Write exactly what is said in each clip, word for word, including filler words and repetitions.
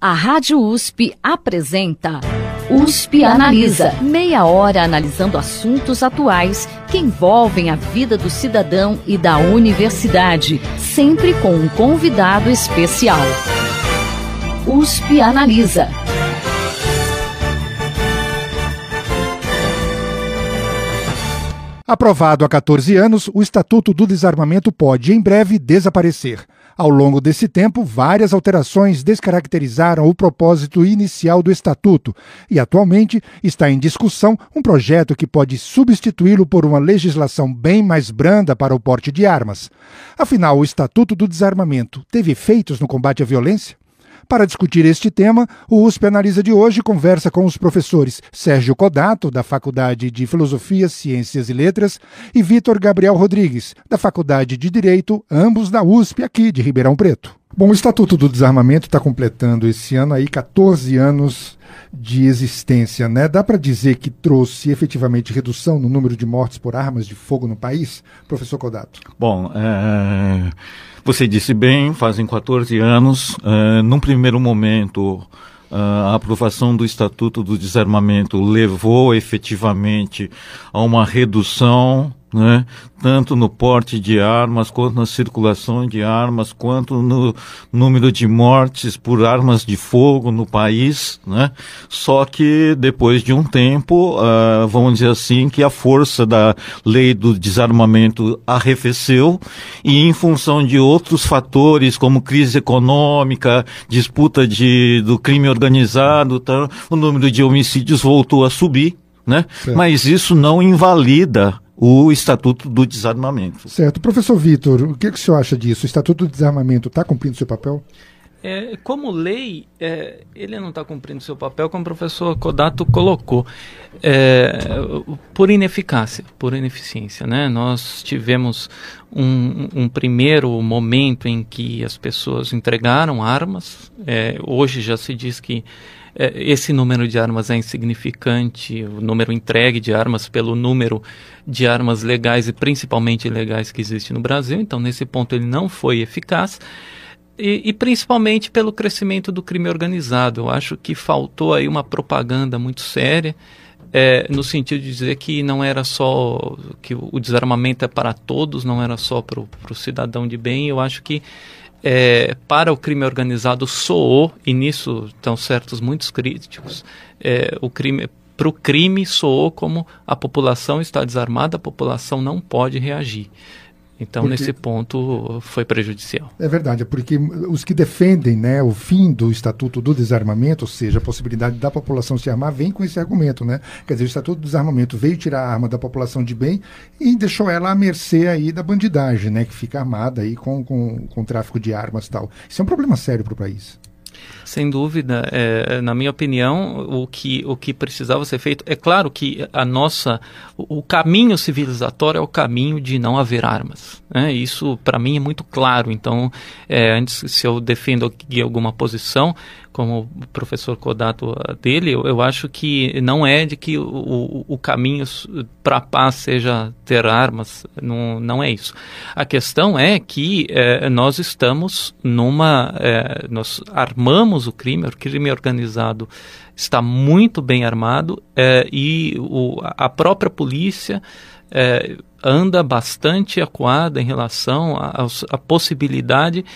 A Rádio U S P apresenta U S P Analisa. Meia hora analisando assuntos atuais que envolvem a vida do cidadão e da universidade, sempre com um convidado especial. U S P Analisa. Aprovado há quatorze anos, o Estatuto do Desarmamento pode, em breve, desaparecer. Ao longo desse tempo, várias alterações descaracterizaram o propósito inicial do Estatuto e, atualmente, está em discussão um projeto que pode substituí-lo por uma legislação bem mais branda para o porte de armas. Afinal, o Estatuto do Desarmamento teve efeitos no combate à violência? Para discutir este tema, o U S P Analisa de hoje conversa com os professores Sérgio Codato, da Faculdade de Filosofia, Ciências e Letras, e Vitor Gabriel Rodrigues, da Faculdade de Direito, ambos da U S P aqui de Ribeirão Preto. Bom, o Estatuto do Desarmamento está completando esse ano aí quatorze anos de existência, né? Dá para dizer que trouxe efetivamente redução no número de mortes por armas de fogo no país? Professor Codato. Bom, é... você disse bem, fazem quatorze anos. É, num primeiro momento, a aprovação do Estatuto do Desarmamento levou efetivamente a uma redução, né, tanto no porte de armas, quanto na circulação de armas, quanto no número de mortes por armas de fogo no país, né? Só que depois de um tempo, uh, vamos dizer assim, que a força da lei do desarmamento arrefeceu e em função de outros fatores, como crise econômica, disputa de, do crime organizado, tá, o número de homicídios voltou a subir, né? Mas isso não invalida o Estatuto do Desarmamento. Certo. Professor Vitor, o que, que o senhor acha disso? O Estatuto do Desarmamento está cumprindo seu papel? É, como lei, é, ele não está cumprindo seu papel, como o professor Codato colocou, é, por ineficácia, por ineficiência, né? Nós tivemos um, um primeiro momento em que as pessoas entregaram armas, é, hoje já se diz que esse número de armas é insignificante, o número entregue de armas pelo número de armas legais e principalmente ilegais que existe no Brasil, então nesse ponto ele não foi eficaz, e, e principalmente pelo crescimento do crime organizado. Eu acho que faltou aí uma propaganda muito séria, é, no sentido de dizer que não era só, que o desarmamento é para todos, não era só para o cidadão de bem. Eu acho que É, para o crime organizado soou, e nisso estão certos muitos críticos, é, o crime, para o crime soou como a população está desarmada, a população não pode reagir. Então, porque, nesse ponto, foi prejudicial. É verdade, porque os que defendem, né, o fim do Estatuto do Desarmamento, ou seja, a possibilidade da população se armar, vem com esse argumento, né? Quer dizer, o Estatuto do Desarmamento veio tirar a arma da população de bem e deixou ela à mercê aí da bandidagem, né, que fica armada aí com, com, com tráfico de armas e tal. Isso é um problema sério para o país. Sem dúvida, é, na minha opinião, o que, o que precisava ser feito, é claro que a nossa, o, o caminho civilizatório é o caminho de não haver armas, né? Isso para mim é muito claro. Então, é, antes, se eu defendo aqui alguma posição, como o professor Codato dele, eu, eu acho que não é de que o, o, o caminho para a paz seja ter armas, não, não é isso. A questão é que é, nós estamos numa, é, nós armamos o crime, o crime organizado está muito bem armado, é, e o, a própria polícia é, anda bastante acuada em relação à possibilidade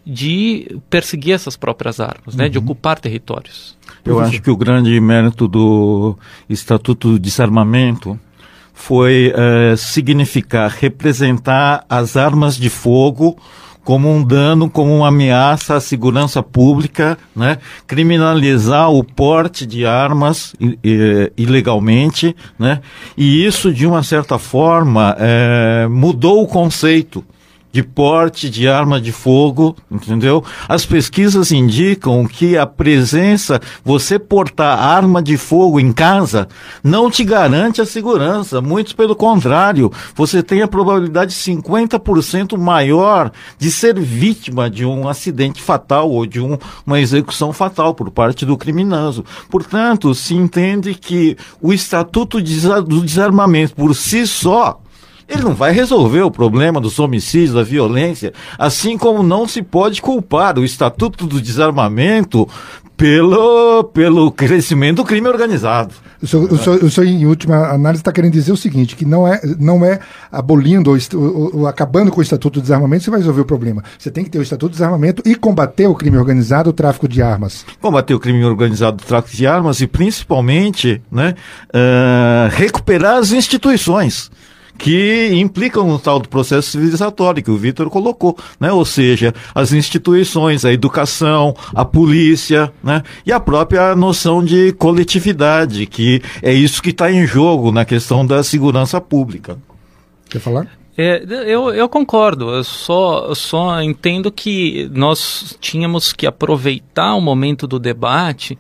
de perseguir essas próprias armas, uhum, né, de ocupar territórios. Eu acho que o grande mérito do Estatuto do Desarmamento foi uh, significar, representar as armas de fogo como um dano, como uma ameaça à segurança pública, né? Criminalizar o porte de armas i, i, ilegalmente, né? E isso, de uma certa forma, é, mudou o conceito de porte de arma de fogo, entendeu? As pesquisas indicam que a presença, você portar arma de fogo em casa, não te garante a segurança, muito pelo contrário, você tem a probabilidade cinquenta por cento maior de ser vítima de um acidente fatal ou de um, uma execução fatal por parte do criminoso. Portanto, se entende que o Estatuto do Desarmamento por si só Ele não vai resolver o problema dos homicídios, da violência, assim como não se pode culpar o Estatuto do Desarmamento pelo, pelo crescimento do crime organizado. O senhor, o senhor, o senhor em última análise, está querendo dizer o seguinte, que não é, não é abolindo ou, ou, ou acabando com o Estatuto do Desarmamento você vai resolver o problema. Você tem que ter o Estatuto do Desarmamento e combater o crime organizado, o tráfico de armas. Combater o crime organizado, o tráfico de armas e, principalmente, né, uh, recuperar as instituições que implicam no tal do processo civilizatório que o Vitor colocou, né? Ou seja, as instituições, a educação, a polícia, né? E a própria noção de coletividade, que é isso que está em jogo na questão da segurança pública. Quer falar? É, eu, eu concordo, eu só, só entendo que nós tínhamos que aproveitar o momento do debate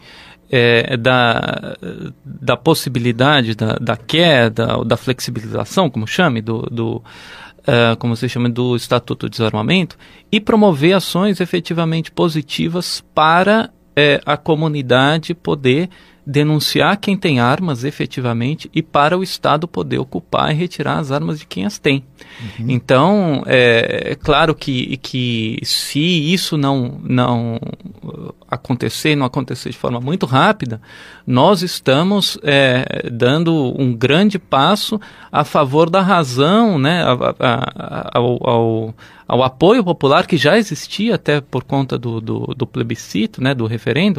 É, da, da possibilidade da, da queda, da flexibilização, como chame, do, do, uh, como se chama, do Estatuto de Desarmamento, e promover ações efetivamente positivas para uh, a comunidade poder denunciar quem tem armas efetivamente e para o Estado poder ocupar e retirar as armas de quem as tem. Uhum. Então, é, é claro que, que se isso não, não acontecer, não acontecer de forma muito rápida, nós estamos é, dando um grande passo a favor da razão, né, a, a, a, ao, ao, ao apoio popular que já existia até por conta do, do, do plebiscito, né, do referendo,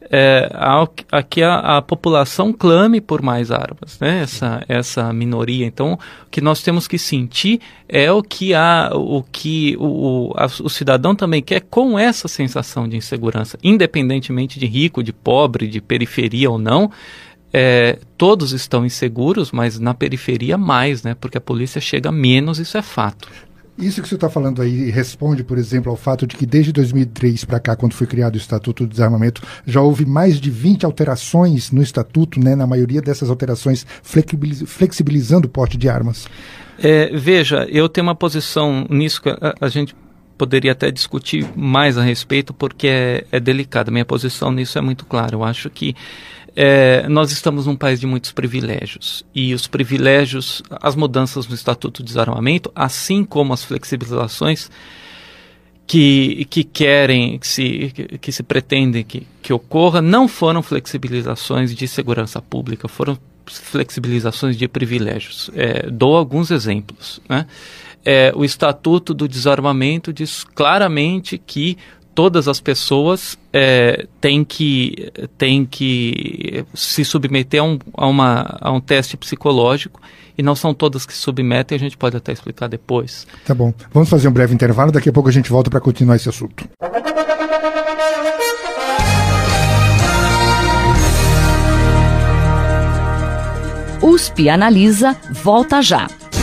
é, ao, a que a, a população clame por mais armas, né, essa, essa minoria. Então, o que nós temos que sentir é o que, a, o, que o, a, o cidadão também quer com essa sensação de insegurança, independentemente de rico, de pobre, de periferia ou não. É, todos estão inseguros, mas na periferia mais, né, porque a polícia chega menos, isso é fato. Isso que você está falando aí responde, por exemplo, ao fato de que desde dois mil e três para cá, quando foi criado o Estatuto do Desarmamento, já houve mais de vinte alterações no Estatuto, né, na maioria dessas alterações flexibilizando o porte de armas. É, veja, eu tenho uma posição nisso que a, a gente poderia até discutir mais a respeito, porque é, é delicado. Minha posição nisso é muito clara. Eu acho que É, nós estamos num país de muitos privilégios e os privilégios, as mudanças no Estatuto de Desarmamento, assim como as flexibilizações que, que querem, que se, que, que se pretendem que, que ocorra, não foram flexibilizações de segurança pública, foram flexibilizações de privilégios. É, dou alguns exemplos, né? É, o Estatuto do Desarmamento diz claramente que todas as pessoas é, têm que, têm que se submeter a um, a, uma, a um teste psicológico e não são todas que se submetem, a gente pode até explicar depois. Tá bom. Vamos fazer um breve intervalo, daqui a pouco a gente volta para continuar esse assunto. U S P Analisa volta já.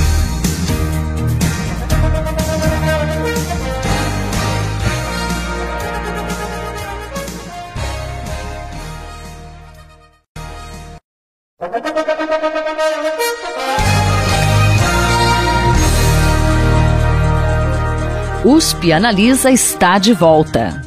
U S P Analisa está de volta.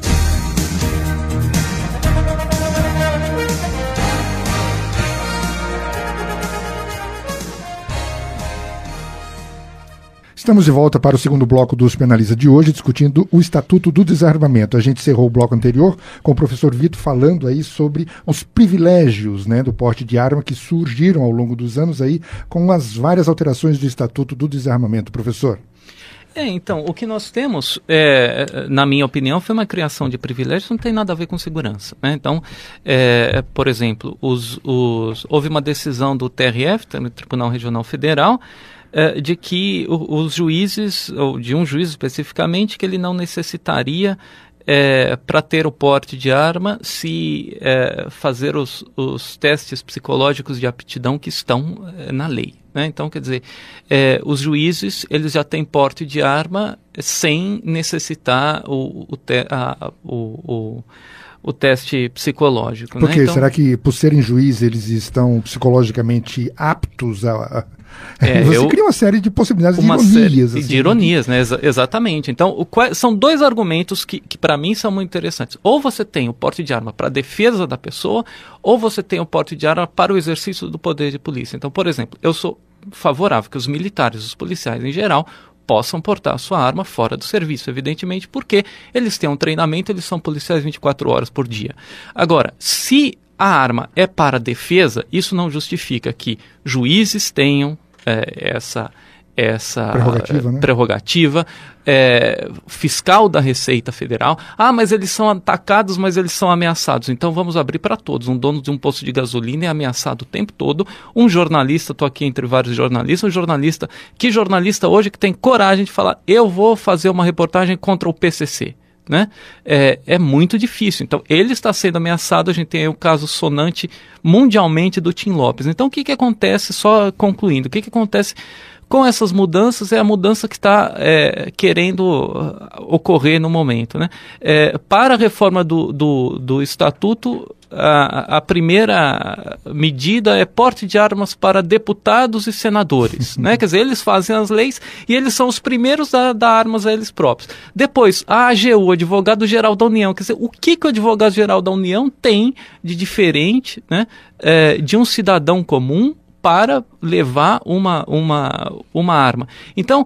Estamos de volta para o segundo bloco do U S P Analisa de hoje, discutindo o Estatuto do Desarmamento. A gente encerrou o bloco anterior com o professor Vitor falando aí sobre os privilégios, né, do porte de arma que surgiram ao longo dos anos aí com as várias alterações do Estatuto do Desarmamento. Professor. É, então, o que nós temos, é, na minha opinião, foi uma criação de privilégios que não tem nada a ver com segurança, né? Então, é, por exemplo, os, os, houve uma decisão do T R F, do Tribunal Regional Federal, é, de que o, os juízes, ou de um juiz especificamente, que ele não necessitaria, é, para ter o porte de arma, se é, fazer os, os testes psicológicos de aptidão que estão é, na lei. Né? Então, quer dizer, é, os juízes eles já têm porte de arma sem necessitar o, o, te, a, o, o, o teste psicológico. Por quê? Né? Então, será que por serem juízes eles estão psicologicamente aptos a... É, Você eu, cria uma série de possibilidades uma de ironias. Série assim, de ironias, né? Exa exatamente. Então, o, qual, são dois argumentos que, que para mim são muito interessantes. Ou você tem o porte de arma para a defesa da pessoa, ou você tem o porte de arma para o exercício do poder de polícia. Então, por exemplo, eu sou favorável que os militares, os policiais em geral, possam portar a sua arma fora do serviço, evidentemente, porque eles têm um treinamento, eles são policiais vinte e quatro horas por dia. Agora, se a arma é para defesa, isso não justifica que juízes tenham é, essa... essa prerrogativa, né? prerrogativa é, fiscal da Receita Federal. Ah, mas eles são atacados, mas eles são ameaçados. Então vamos abrir para todos. Um dono de um posto de gasolina é ameaçado o tempo todo. Um jornalista, estou aqui entre vários jornalistas, um jornalista, que jornalista hoje que tem coragem de falar, eu vou fazer uma reportagem contra o P C C? Né? É, é muito difícil. Então, ele está sendo ameaçado. A gente tem aí o caso sonante mundialmente do Tim Lopes. Então, o que, que acontece, só concluindo, o que, que acontece com essas mudanças é a mudança que está é, querendo ocorrer no momento. Né? É, para a reforma do, do, do Estatuto, a, a primeira medida é porte de armas para deputados e senadores. Né? Quer dizer, eles fazem as leis e eles são os primeiros a dar armas a eles próprios. Depois, a A G U, o Advogado-Geral da União. Quer dizer, o que, que o Advogado-Geral da União tem de diferente, né, é, de um cidadão comum para levar uma, uma, uma arma? Então,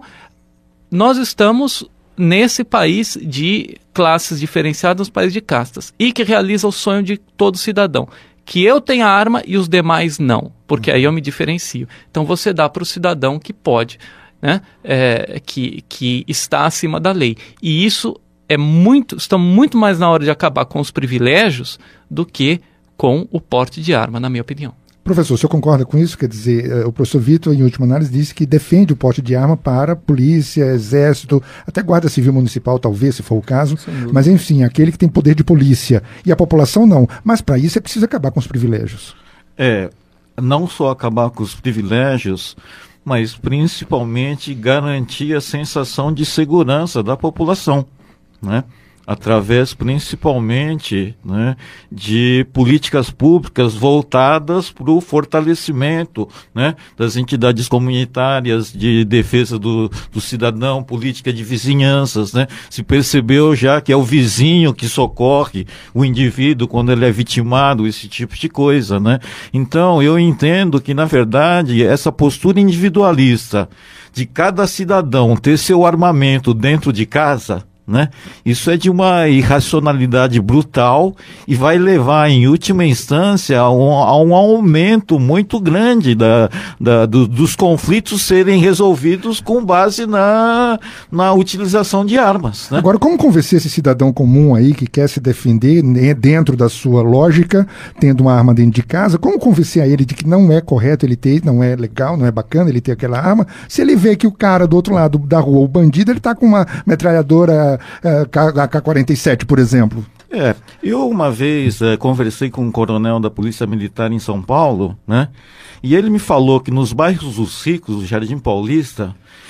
nós estamos nesse país de classes diferenciadas, um país de castas, e que realiza o sonho de todo cidadão, que eu tenha arma e os demais não, porque aí eu me diferencio. Então você dá para o cidadão que pode, né, é, que, que está acima da lei. E isso é muito, estamos muito mais na hora de acabar com os privilégios do que com o porte de arma, na minha opinião. Professor, o senhor concorda com isso? Quer dizer, o professor Vitor, em última análise, disse que defende o porte de arma para polícia, exército, até guarda civil municipal, talvez, se for o caso, mas enfim, aquele que tem poder de polícia. E a população não. Mas para isso é preciso acabar com os privilégios. É, não só acabar com os privilégios, mas principalmente garantir a sensação de segurança da população, né? Através principalmente, né, de políticas públicas voltadas para o fortalecimento, né, das entidades comunitárias de defesa do, do cidadão, política de vizinhanças, né? Se percebeu já que é o vizinho que socorre o indivíduo quando ele é vitimado, esse tipo de coisa, né? Então eu entendo que, na verdade, essa postura individualista de cada cidadão ter seu armamento dentro de casa, né? Isso é de uma irracionalidade brutal e vai levar, em última instância, a um, a um aumento muito grande da, da, do, dos conflitos serem resolvidos com base na, na utilização de armas, né? Agora, como convencer esse cidadão comum aí que quer se defender, né, dentro da sua lógica, tendo uma arma dentro de casa, como convencer a ele de que não é correto ele ter, não é legal, não é bacana ele ter aquela arma, se ele vê que o cara do outro lado da rua, o bandido, ele tá com uma metralhadora A K quarenta e sete, por exemplo? É, eu uma vez é, conversei com um coronel da Polícia Militar em São Paulo, né? E ele me falou que nos bairros dos ricos, do Jardim Paulista,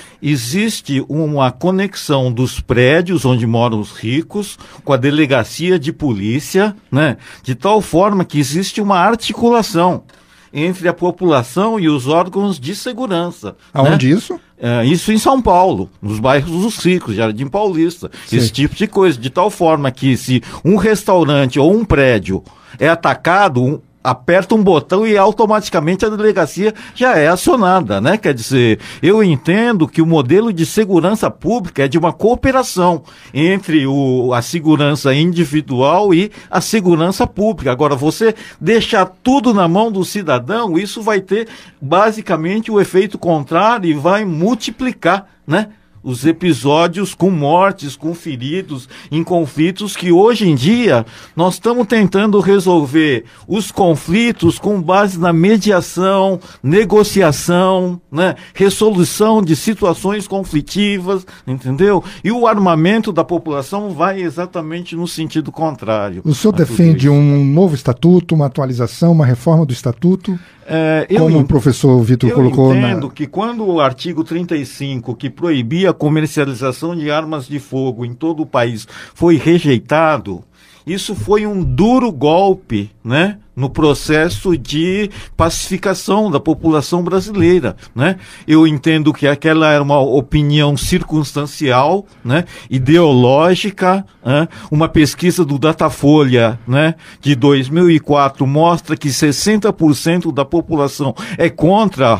existe uma conexão dos prédios onde moram os ricos com a delegacia de polícia, né? De tal forma que existe uma articulação entre a população e os órgãos de segurança. Aonde, né? Isso? É, isso em São Paulo, nos bairros dos ricos, Jardim Paulista, sim, esse tipo de coisa, de tal forma que se um restaurante ou um prédio é atacado, um, aperta um botão e automaticamente a delegacia já é acionada, né? Quer dizer, eu entendo que o modelo de segurança pública é de uma cooperação entre o, a segurança individual e a segurança pública. Agora, você deixar tudo na mão do cidadão, isso vai ter basicamente o efeito contrário e vai multiplicar, né, os episódios com mortes, com feridos, em conflitos que hoje em dia nós estamos tentando resolver os conflitos com base na mediação, negociação, né, resolução de situações conflitivas, entendeu? E o armamento da população vai exatamente no sentido contrário. O senhor defende um novo estatuto, uma atualização, uma reforma do estatuto? É, eu Como o professor Vitor colocou... Eu entendo na... que quando o artigo trinta e cinco, que proibia a comercialização de armas de fogo em todo o país, foi rejeitado, isso foi um duro golpe, né, no processo de pacificação da população brasileira, né? Eu entendo que aquela era uma opinião circunstancial, né, ideológica, né? Uma pesquisa do Datafolha, né, de dois mil e quatro mostra que sessenta por cento da população é contra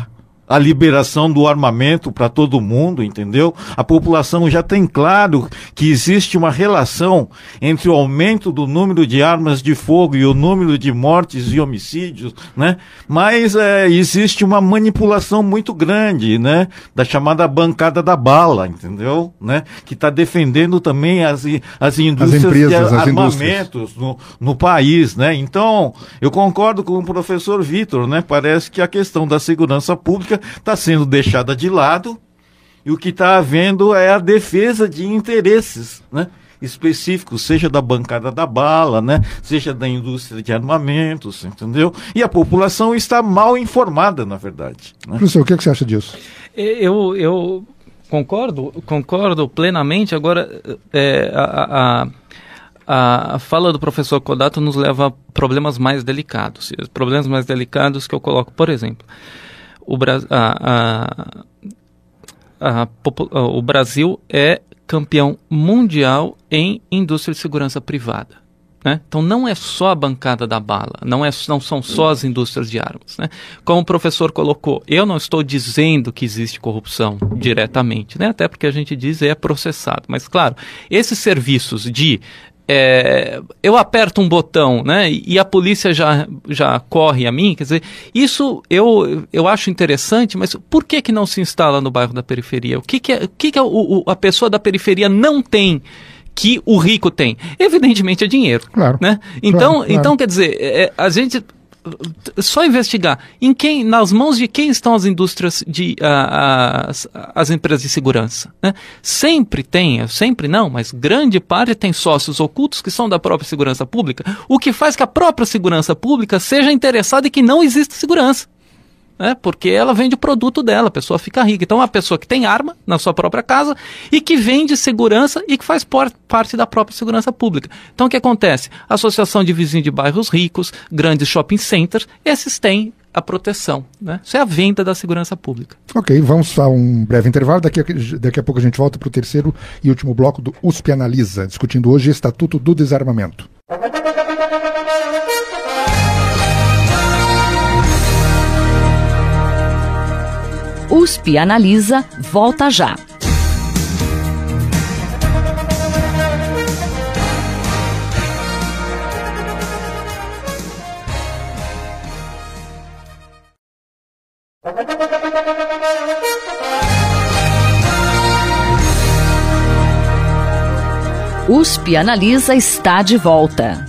a liberação do armamento para todo mundo, entendeu? A população já tem claro que existe uma relação entre o aumento do número de armas de fogo e o número de mortes e homicídios, né? Mas é, existe uma manipulação muito grande, né? Da chamada bancada da bala, entendeu? Né? Que está defendendo também as, as indústrias as empresas, de armamentos no, no país, né? Então, eu concordo com o professor Vitor, né? Parece que a questão da segurança pública está sendo deixada de lado e o que está havendo é a defesa de interesses, né, específicos, seja da bancada da bala, né, seja da indústria de armamentos, entendeu? E a população está mal informada, na verdade. Né? Professor, o que, é que você acha disso? Eu, eu concordo, concordo plenamente. Agora, é, a, a, a fala do professor Kodato nos leva a problemas mais delicados. Problemas mais delicados que eu coloco, por exemplo, O, Bra a, a, a, a, o Brasil é campeão mundial em indústria de segurança privada, né? Então não é só a bancada da bala, não, é, não são só as indústrias de armas, né? Como o professor colocou, eu não estou dizendo que existe corrupção diretamente, né? Até porque a gente diz é processado, mas claro, esses serviços de É, eu aperto um botão, né, e a polícia já, já corre a mim, quer dizer, isso eu, eu acho interessante, mas por que que não se instala no bairro da periferia? O que que, é, o que, que é o, o, a pessoa da periferia não tem que o rico tem? Evidentemente é dinheiro. Claro. Né? Então, claro, claro. então quer dizer, é, a gente... só investigar em quem, nas mãos de quem estão as indústrias de uh, as, as empresas de segurança, né? Sempre tem, sempre não, mas grande parte tem sócios ocultos que são da própria segurança pública, o que faz que a própria segurança pública seja interessada em que não exista segurança, né? Porque ela vende o produto dela, a pessoa fica rica. Então, é uma pessoa que tem arma na sua própria casa e que vende segurança e que faz por, parte da própria segurança pública. Então, o que acontece? Associação de vizinhos de bairros ricos, grandes shopping centers, esses têm a proteção, né? Isso é a venda da segurança pública. Ok, vamos a um breve intervalo. Daqui a, daqui a pouco a gente volta para o terceiro e último bloco do U S P Analisa, discutindo hoje o Estatuto do Desarmamento. U S P Analisa volta já. U S P Analisa está de volta.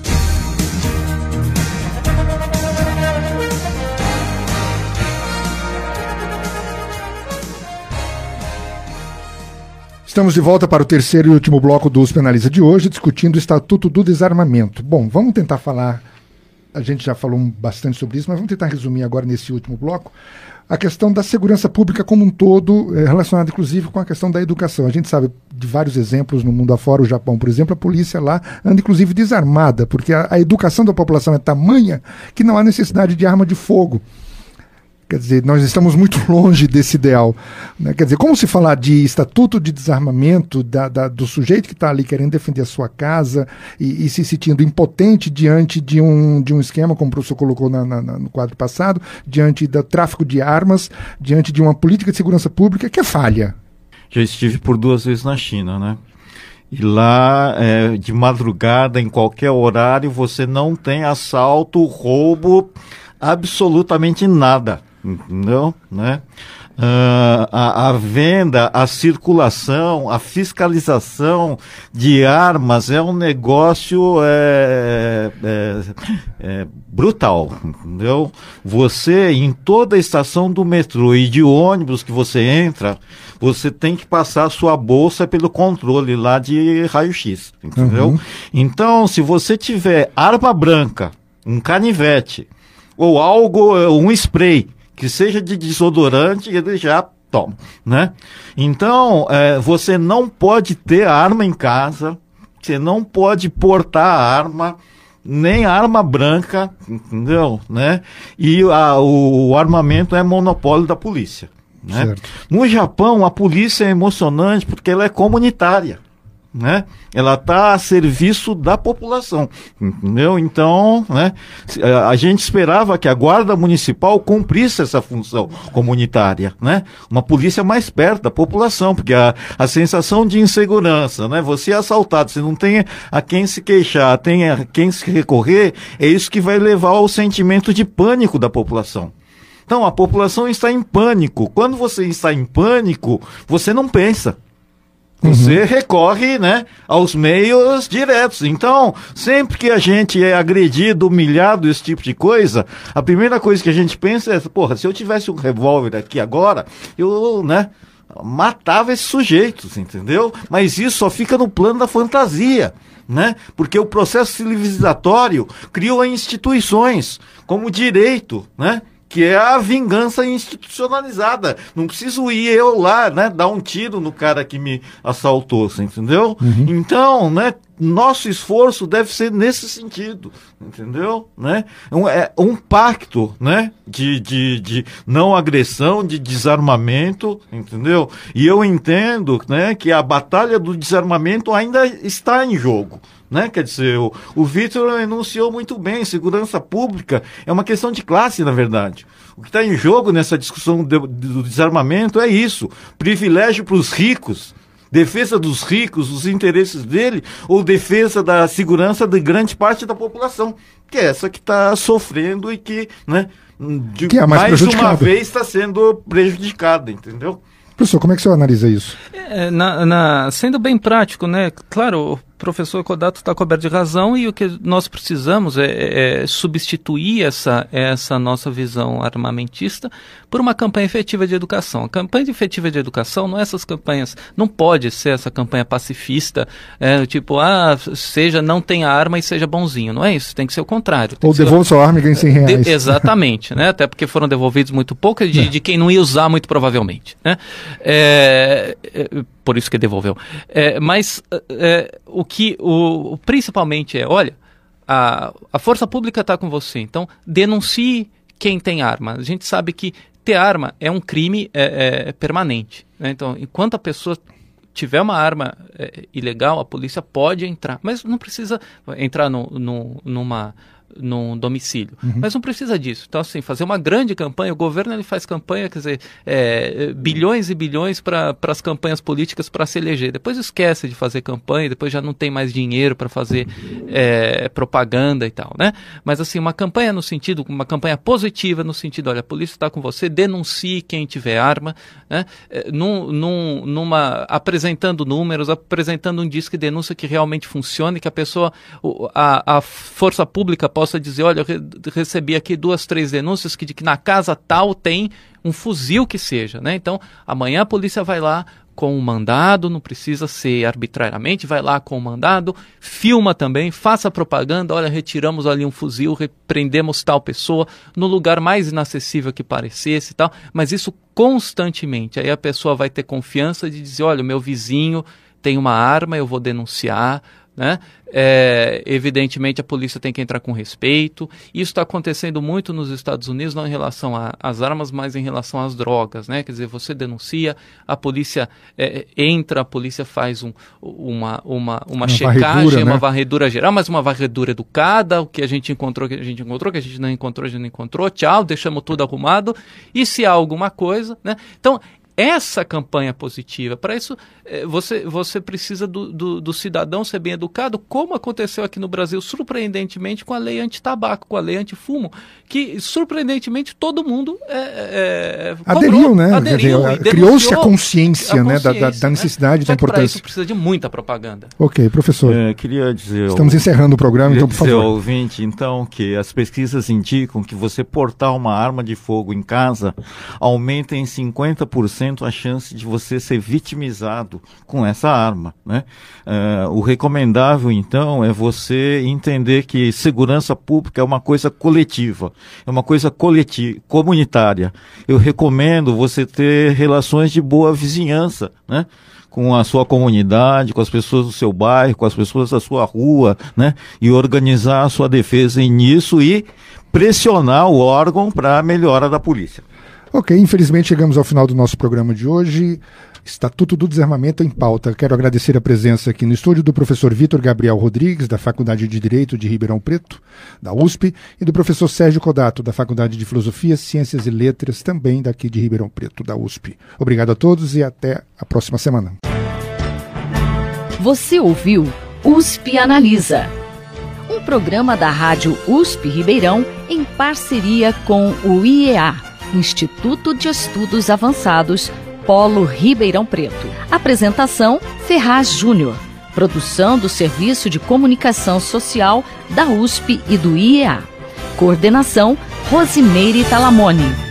Estamos de volta para o terceiro e último bloco do U S P Analisa de hoje, discutindo o Estatuto do Desarmamento. Bom, vamos tentar falar, a gente já falou bastante sobre isso, mas vamos tentar resumir agora nesse último bloco a questão da segurança pública como um todo, relacionada inclusive com a questão da educação. A gente sabe de vários exemplos no mundo afora, o Japão, por exemplo, a polícia lá anda inclusive desarmada, porque a, a educação da população é tamanha que não há necessidade de arma de fogo. Quer dizer, nós estamos muito longe desse ideal, né? Quer dizer, como se falar de estatuto de desarmamento da, da, do sujeito que está ali querendo defender a sua casa e, e se sentindo impotente diante de um, de um esquema, como o professor colocou na, na, no quadro passado, diante do tráfico de armas, diante de uma política de segurança pública que é falha. Já estive por duas vezes na China, né? E lá, é, de madrugada, em qualquer horário, você não tem assalto, roubo, absolutamente nada. Entendeu? Né? Uh, a, a venda, a circulação, a fiscalização de armas é um negócio é, é, é, brutal, entendeu? Você, em toda a estação do metrô e de ônibus que você entra, você tem que passar a sua bolsa pelo controle lá de raio-x, entendeu? Uhum. Então, se você tiver arma branca, um canivete, ou algo, um spray, que seja de desodorante, ele já toma, né? Então, é, você não pode ter arma em casa, você não pode portar arma, nem arma branca, entendeu? Né? E a, o, o armamento é monopólio da polícia, né? No Japão, a polícia é emocionante porque ela é comunitária, né? Ela está a serviço da população, entendeu? Então, né, a gente esperava que a Guarda Municipal cumprisse essa função comunitária, né? Uma polícia mais perto da população, porque a, a sensação de insegurança, né? Você é assaltado, você não tem a quem se queixar, tem a quem se recorrer, é isso que vai levar ao sentimento de pânico da população. Então, a população está em pânico. Quando você está em pânico, você não pensa. Você uhum. recorre, né, aos meios diretos. Então, sempre que a gente é agredido, humilhado, esse tipo de coisa, a primeira coisa que a gente pensa é, porra, se eu tivesse um revólver aqui agora, eu, né, matava esses sujeitos, entendeu? Mas isso só fica no plano da fantasia, né? Porque o processo civilizatório criou instituições como direito, né? Que é a vingança institucionalizada. Não preciso ir eu lá, né, dar um tiro no cara que me assaltou, você entendeu? Uhum. Então, né, nosso esforço deve ser nesse sentido, entendeu? Né? Um, é um pacto, né, de, de, de não agressão, de desarmamento, entendeu? E eu entendo, né, que a batalha do desarmamento ainda está em jogo. Né? Quer dizer, o, o Vitor enunciou muito bem, segurança pública é uma questão de classe, na verdade. O que está em jogo nessa discussão de, do desarmamento é isso, privilégio para os ricos, defesa dos ricos, dos interesses dele, ou defesa da segurança de grande parte da população, que é essa que está sofrendo e que, né, de, que é mais, mais uma vez está sendo prejudicada, entendeu? Professor, como é que o senhor analisa isso? É, na, na, sendo bem prático, né? Claro, o professor Kodato está coberto de razão e o que nós precisamos é, é substituir essa, essa nossa visão armamentista por uma campanha efetiva de educação. A campanha efetiva de educação não é essas campanhas, não pode ser essa campanha pacifista, é, tipo, ah, seja, não tenha arma e seja bonzinho. Não é isso, tem que ser o contrário. Ou devolva sua arma e ganhe cem reais. De, exatamente, né? Até porque foram devolvidos muito pouco de, é. de quem não ia usar muito provavelmente, né? É, é, por isso que devolveu. É, mas é, o que o, principalmente é, olha, a, a força pública está com você, então denuncie quem tem arma. A gente sabe que ter arma é um crime é, é, permanente, né? Então, enquanto a pessoa tiver uma arma é, ilegal, a polícia pode entrar, mas não precisa entrar no, no, numa... num domicílio, uhum. mas não precisa disso. Então, assim, fazer uma grande campanha, o governo ele faz campanha, quer dizer, é, bilhões e bilhões para as campanhas políticas para se eleger. Depois esquece de fazer campanha, depois já não tem mais dinheiro para fazer é, propaganda e tal, né? Mas, assim, uma campanha no sentido, uma campanha positiva no sentido, olha, a polícia está com você, denuncie quem tiver arma, né? É, num, num, numa, apresentando números, apresentando um disco de denúncia que realmente funcione, que a pessoa, a, a força pública possa dizer, olha, eu recebi aqui duas, três denúncias que de que na casa tal tem um fuzil que seja, né? Então, amanhã a polícia vai lá com um mandado, não precisa ser arbitrariamente, vai lá com o mandado, filma também, faça propaganda, olha, retiramos ali um fuzil, repreendemos tal pessoa, no lugar mais inacessível que parecesse e tal, mas isso constantemente, aí a pessoa vai ter confiança de dizer, olha, o meu vizinho tem uma arma, eu vou denunciar, né? É, evidentemente a polícia tem que entrar com respeito. Isso está acontecendo muito nos Estados Unidos, não em relação às armas, mas em relação às drogas, né? Quer dizer, você denuncia, a polícia é, entra, a polícia faz um, uma, uma, uma, uma checagem, varredura, uma né? varredura geral, mas uma varredura educada, o que a gente encontrou, que a gente encontrou, que a gente não encontrou, a gente não encontrou, tchau, deixamos tudo arrumado, e se há alguma coisa, né? Então, essa campanha positiva, para isso eh, você, você precisa do, do, do cidadão ser bem educado, como aconteceu aqui no Brasil, surpreendentemente, com a lei anti-tabaco, com a lei anti-fumo, que surpreendentemente todo mundo é, é, aderiu, né? Aderiu, criou-se a consciência, a consciência né? da, da, da necessidade, né? da importância. Para isso precisa de muita propaganda. Ok, professor. É, queria dizer... Estamos ao, encerrando o programa, então, por favor. Queria dizer ao ouvinte, então, que as pesquisas indicam que você portar uma arma de fogo em casa aumenta em cinquenta por cento a chance de você ser vitimizado com essa arma, né? Uh, o recomendável, então, é você entender que segurança pública é uma coisa coletiva, é uma coisa coletiva, comunitária. Eu recomendo você ter relações de boa vizinhança, né? Com a sua comunidade, com as pessoas do seu bairro, com as pessoas da sua rua, né? E organizar a sua defesa nisso e pressionar o órgão para a melhora da polícia. Ok, infelizmente chegamos ao final do nosso programa de hoje. Estatuto do Desarmamento em Pauta. Quero agradecer a presença aqui no estúdio do professor Vitor Gabriel Rodrigues, da Faculdade de Direito de Ribeirão Preto, da U S P, e do professor Sérgio Kodato, da Faculdade de Filosofia, Ciências e Letras, também daqui de Ribeirão Preto, da U S P. Obrigado a todos e até a próxima semana. Você ouviu U S P Analisa, um programa da Rádio U S P Ribeirão em parceria com o I E A, Instituto de Estudos Avançados, Polo Ribeirão Preto. Apresentação, Ferraz Júnior. Produção do Serviço de Comunicação Social da U S P e do I E A. Coordenação, Rosimeire Talamone.